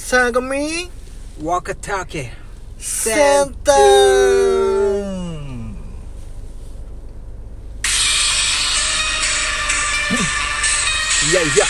相模若竹センターいやいや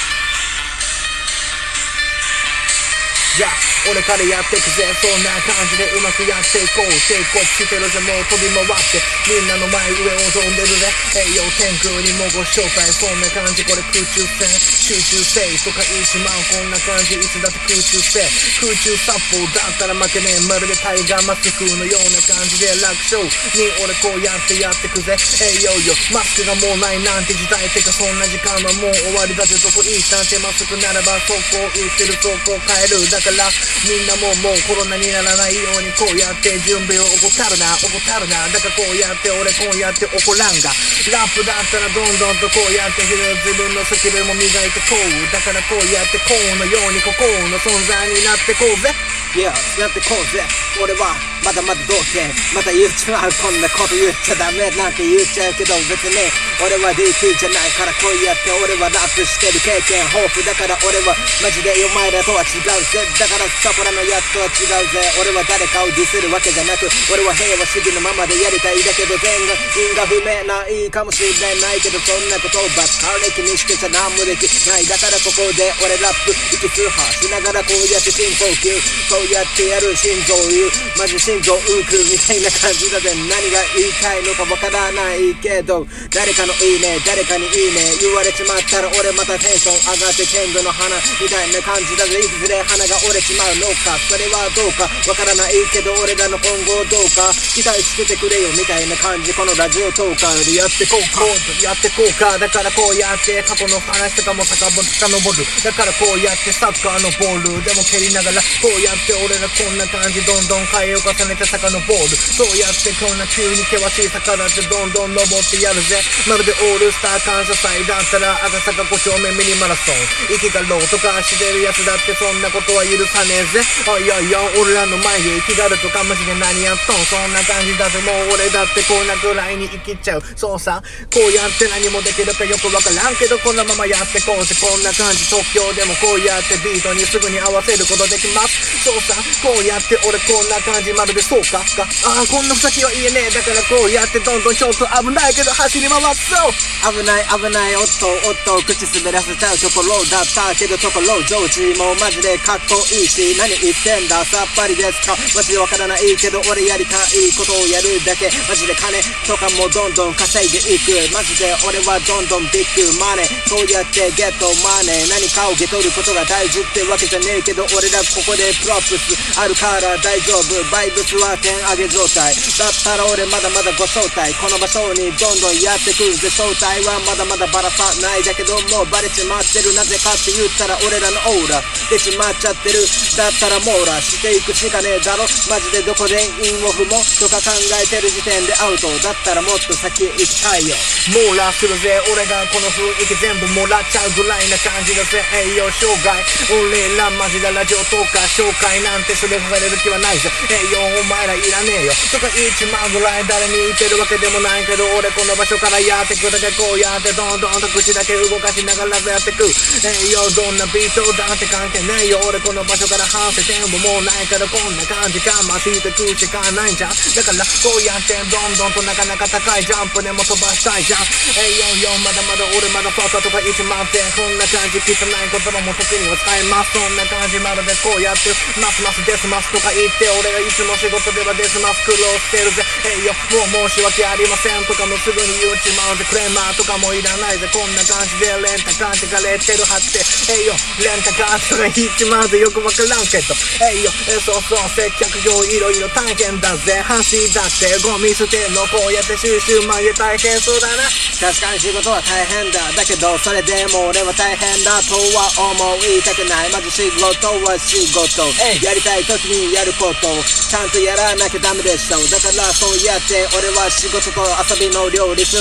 俺からやってくぜそんな感じでうまくやっていこうテイクオフしてるぜもう飛び回ってみんなの前上を飛んでるぜ栄養天空にもご招待そんな感じこれ空中戦集中せいとか言いしまうこんな感じいつだって空中せい空中殺法だったら負けねえまるでタイガーマスクのような感じで楽勝に俺こうやってくぜ栄養よマスクがもうないなんて時代てかそんな時間はもう終わりだぜどこいい探偵マスクならばそこ打ってるそこ変えるだからみんなもうコロナにならないようにこうやって準備を怠るなだからこうやって俺こうやって怒らんがラップだったらどんどんとこうやって自分のスキルも磨いてこうだからこうやってこうのようにここの存在になってこうぜやってこうぜ俺はまだまだ童貞また言っちまうこんなこと言っちゃダメなんて言っちゃうけど別に俺は DT じゃないからこうやって俺はラップしてる経験豊富だから俺はマジでお前らとは違うぜだからサポラのやつとは違うぜ俺は誰かをディスるわけじゃなく俺は平和主義のままでやりたいだけど全員が不明ないかもしれないけどそんなことばっかり気にしてちゃ何もできないだからここで俺ラップ息崇拝しながらこうやって深呼吸そうやってやる心臓言うマジ心臓浮くみたいな感じだぜ何が言いたいのかわからないけど誰かのいいね誰かにいいね言われちまったら俺またテンション上がって天狗の花みたいな感じだぜいずれ花が折れちまうのかそれはどうかわからないけど俺らの今後どうか期待しててくれよみたいな感じこのラジオトーカーでやってこうかだからこうやって過去の話とかも遡るだからこうやってサッカーのボールでも蹴りながらこうやって俺らこんな感じどんどん回を重ねて遡るそうやってこんな急に険しい坂だってどんどん登ってやるぜまるでオールスター感謝祭だったら赤坂5丁目ミニマラソン息がローとかしてるやつだってそんなことは許さねえぜいや俺らの前で息があるとかマジで何やっとんそんな感じだぜもう俺だってこんなくらいに生きちゃうそうさこうやって何もできるかよくわからんけどこのままやってこうぜこんな感じ即興でもこうやってビートにすぐに合わせることできますそうさこうやって俺こんな感じまるでそうかこんな先は言えねえだからこうやってどんどんちょっと危ないけど走り回そう危ないおっと口滑らせちゃうところだったけどところジョージもマジでかっこいいし何言ってんださっぱりですかマジでわからないけど俺やりたいことをやるだけマジで金とかもどんどん稼いでいくマジで俺はどんどんビッグマネーそうやってゲットマネー何かを受け取ることが大事ってわけじゃねえけど俺らここでプロプスあるから大丈夫バイブスは点上げ状態だったら俺まだまだご招待この場所にどんどんやってくるぜ正体はまだまだバラさないだけどもうバレちまってるなぜかって言ったら俺らのオーラ出ちまっちゃってるだったら網羅していくしかねえだろマジでどこで韻を踏もうとか考えてる時点でアウトだったらもっと先行きたいよ網羅するぜ俺がこの雰囲気全部もらっちゃうぐらいな感じだぜ栄養障害俺らマジでラジオとか紹介なんてするされる気はないぜ栄養お前らいらねえよとか言っちまうぐらい誰に言ってるわけでもないけど俺この場所からやってくだけこうやってどんどんと口だけ動かしながらやってく栄養どんなビートだって関係ないよ俺この場所から反省点ももうないからこんな感じかましてくしかないじゃんだからこうやってどんどんとなかなか高いジャンプでも飛ばしたいじゃんまだまだ俺まだファーカーとか言っちまってこんな感じ汚い言葉も時には使いますそんな感じまるでこうやってますますデスマスとか言って俺がいつも仕事ではデスマス苦労してるぜもう申し訳ありませんとかもすぐに言っちまうぜクレーマーとかもいらないぜこんな感じでレンタカーってかレッテル貼ってレンタカーとか言っちまうぜよくわからんけどそう接客業いろいろ大変だぜ走だってゴミ捨てんのこうやって収集まで大変そうだな確かに仕事は大変だだけどそれでも俺は大変だとは思いたくないまず仕事は仕事やりたい時にやることちゃんとやらなきゃダメでしょだからそうやって俺は仕事と遊びの両立ちゃんと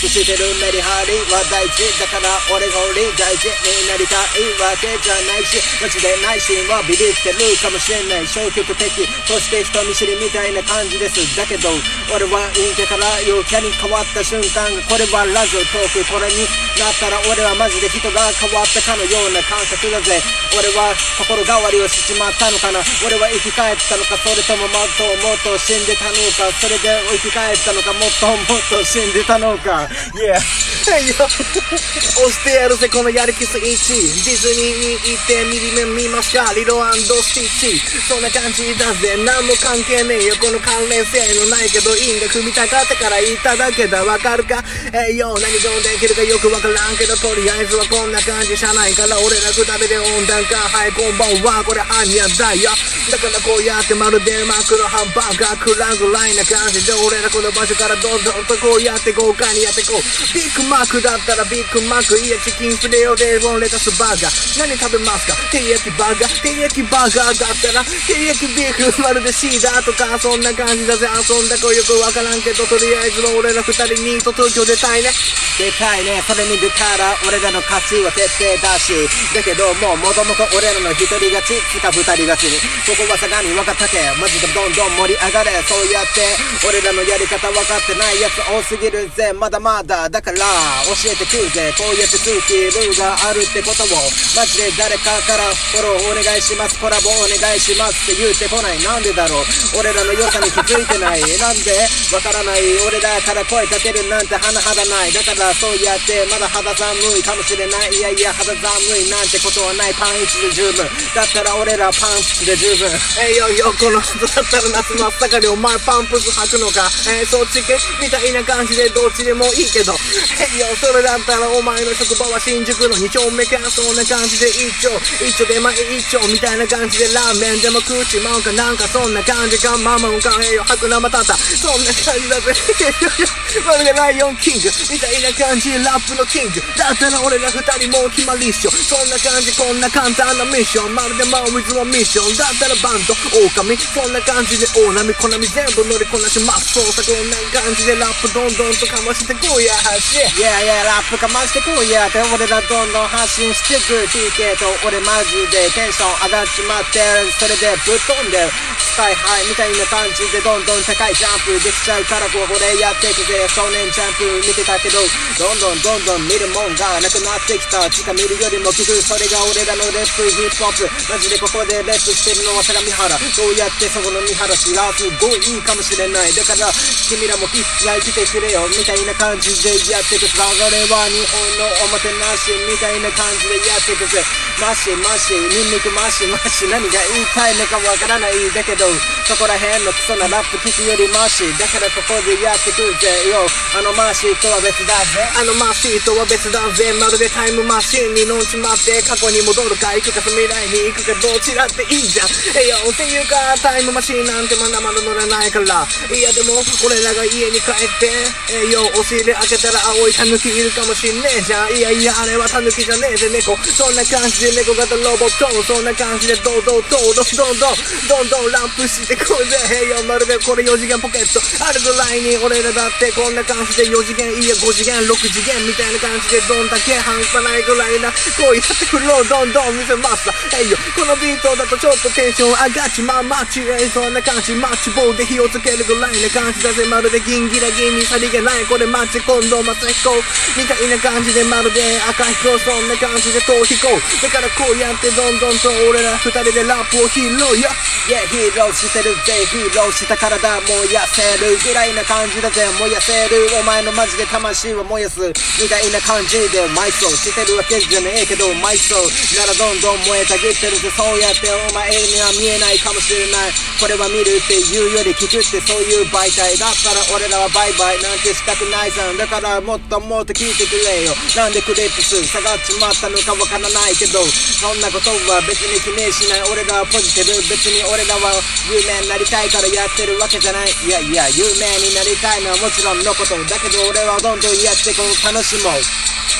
してるメリハリは大事だから俺が俺大事になりたいわけじゃないしマジで内心はビビってるかもしれない消極的そして人見知りみたいな感じですだけど俺は陰キャから陽キャに変わった瞬間これはラジオトークこれになったら俺はマジで人が変わったかのような感覚だぜ俺は心変わりをしちまったのかな俺は生き返ったのかそれとももっともっと死んでたのかそれで生き返ったのかもっともっと死んでたのか Yeah 押してやるぜこのやる気スイッチディズニーに行ってミリメ見ますかリロ&スティッチそんな感じだぜ何も関係ねえよこの関連性のないけど因が組みたかったから言っただけだわかるか何ができるかよくわからんけどとりあえずはこんな感じ車内から俺ら二人で温暖化はいこんばんはこれハニャだよだからこうやってまるでマクロハンバーガークランぐらいな感じで俺らこの場所からどんどんとこうやって豪華にやってこうビッグマックだったらビッグマックいやチキンフィレオでレタスバーガー何食べますか照り焼きバーガー照り焼きバーガーだったら照り焼きビーフまるでシーダーとかそんな感じだぜ遊んだ子よくわからんけどとりあえずは俺ら二人にと東京出たいねでかいねそれ見るから俺らの勝ちは決定だしだけどもともと俺らの一人勝ちつか二人勝ちにここはさがに分かったけマジでどんどん盛り上がれそうやって俺らのやり方分かってないやつ多すぎるぜまだまだだから教えてくるぜこうやってスキルがあるってことをマジで誰かからフォローお願いしますコラボお願いしますって言ってこないなんでだろう俺らの良さに気づいてないなんでわからない俺らから声かけるなんて甚だないだからそうやってまだ肌寒いかもしれないいやいや肌寒いなんてことはないパン1で十分だったら俺らパンツで十分この人だったら夏真っ盛りお前パンプス履くのかそっち系みたいな感じでどっちでもいいけどそれだったらお前の職場は新宿の2丁目かそんな感じで一丁で前一丁みたいな感じでラーメンでも食っちまうかなんかそんな感じかママンか白生たたそんな感じだぜまるでライオンキングみたいな感じラップのキングだったら俺ら二人もう決まりっしょそんな感じこんな簡単なミッションまるでマンウィズのミッションだったらバンド狼そんな感じで大波小波全部乗りこなしますそうさこんな感じでラップどんどんとかましてこうやラップかましてこうやって俺らどんどん発信してく TK と俺マジでテンション上がっちまってそれでぶっ飛んでスカイハイみたいな感じでどんどん高いジャンプできちゃうからこれやっていくぜ少年ジャンプ見てたけどどんどん見るもんがなくなってきたつか見るよりも聞くそれが俺らのレップヒップホップマジでここでレップしてるのは相模原どうやってそこの見晴らしがすごいいいかもしれないだから君らもキッライ来てくれよみたいな感じでやっていく流れは日本のおもてなしみたいな感じでやっていくぜマシニンニクマシ何が言いたいのかわからないだけどそこら辺のクソなラップ聞くよりマシだからここでやってくぜよマーシーとは別だぜマーシーとは別だぜまるでタイムマシンに乗っちまって過去に戻るか行くか未来に行くかどちらっていいじゃんっていうかタイムマシンなんてまだまだ乗れないからいやでも俺らが家に帰って押し入れ開けたら青いタヌキいるかもしんねえじゃんいやあれはタヌキじゃねえぜ猫そんな感じで猫型ロボットそんな感じでどんどんランプしてこうぜまるでこれ4次元ポケットあるぐらいに俺らだってこんな感じで4次元いや5次元6次元みたいな感じでどんだけ半端ないぐらいなこうやってフローどんどん見せますこのビートだとちょっとテンション上がっちまうマッチそんな感じマッチ棒で火をつけるぐらいな感じだぜまるでギンギラギンにさりげないこれマッチ近藤正彦みたいな感じでまるで赤彦そんな感じで逃避行だからこうやってどんどんと俺ら二人でラップを披露よヒーローしてるぜヒーローした体燃やせるぐらいな感じだぜ燃やせるお前のマジで魂を燃やすみたいな感じで埋葬してるわけじゃねえけど埋葬ならどんどん燃えたぎってるぜそうやってお前には見えないかもしれないこれは見るっていうより聞くってそういう媒体だったら俺らはバイバイなんてしたくないさんだからもっともっと聞いてくれよなんでクリップス下がっちまったのかわからないけどそんなことは別に気にしない俺らはポジティブ別に俺らは有名になりたいからやってるわけじゃないいや有名になりたいのはもちろんのことだけど俺はどんどんやってこう楽しもう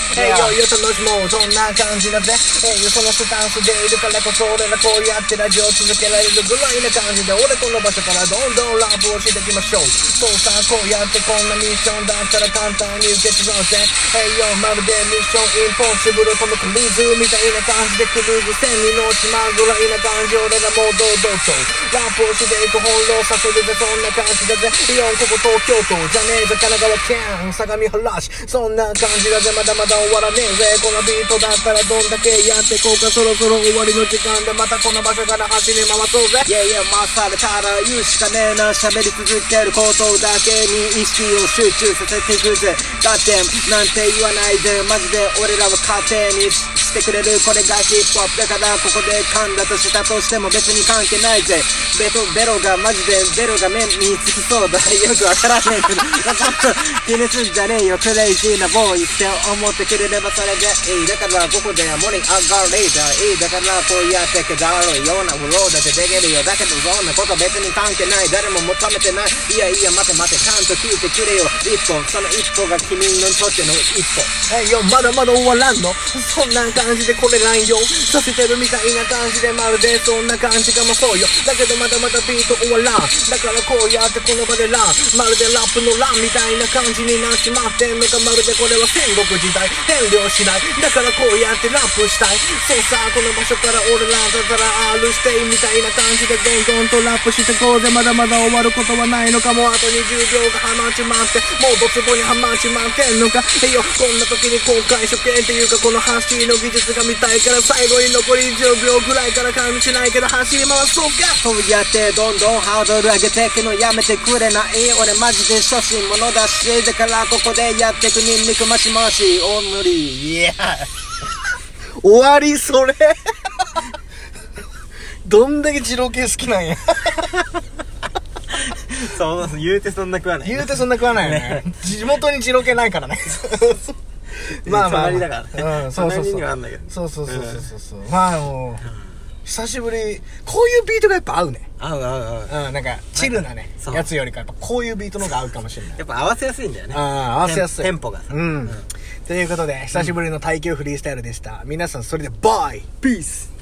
栄養よ楽しもうそんな感じだぜそのスタンスでいるからこそ俺らこうやってラジオ続けられるぐらいな感じで俺この場所からどんどんラップをしていきましょうそうさこうやってこんなミッションだったら簡単に受け継ごうぜまるでミッションインポッシブルトム・クルーズみたいな感じでクルーズ1000人の島ぐらいな感じ俺らもう堂々とラップをしていく翻弄させるぜそんな感じだぜここ東京都じゃねえぞ神奈川県相模原市そんな感じだぜまだまだ終わらねえぜこのビートだったらどんだけやってこうかそろそろ終わりの時間でまたこの場所から走り回そうぜ回されたら言うしかねえな喋り続けることだけに意識を集中させていくぜガッデンなんて言わないでマジで俺らは勝手にしてくれるこれがヒップホップだからここで噛んだとしたとしても別に関係ないぜベロがマジでベロが目につきそうだよくわからねえけど気にすんじゃねえよクレイジーなボーイって思ってくれればそれでいいだからここで盛り上がれたいいだからこうやってけだろうようなフローだってできるよだけどそんなこと別に関係ない誰も求めてないいや待てちゃんと聞いてくれよ一歩その一歩が君にとっての一歩まだまだ終わらんのそんな感じでこれ乱用させてるみたいな感じでまるでそんな感じかもそうよだけどまだまだビート終わらんだからこうやってこの場でランまるでラップのランみたいな感じになっちまってんのかまるでこれは戦国時代変量しないだからこうやってラップしたいそうさこの場所から俺らだったら R してみたいな感じでどんどんとラップしてこうぜまだまだ終わることはないのかもあと20秒がはまっちまってもうドツボにはまっちまってんのかこんな時に公開処刑っていうかこの走りの技術が見たいから最後に残り10秒ぐらいから感じしないけど走り回そうかそうやってどんどんハードル上げてくのやめてくれない俺マジで初心者だしだからここでやってくニンニクマシマシ大無理終わりそれどんだけ二郎系好きなんやそう言うてそんな食わない言うてそんな食わないよね地元に二郎系ないからねまあ隣だからねそうまあもう久しぶりこういうビートがやっぱ合うね合うなんかチルなねやつよりかやっぱこういうビートの方が合うかもしれないやっぱ合わせやすいんだよね合わせやすいテンポがさということで久しぶりの耐久フリースタイルでした皆さんそれでバイピース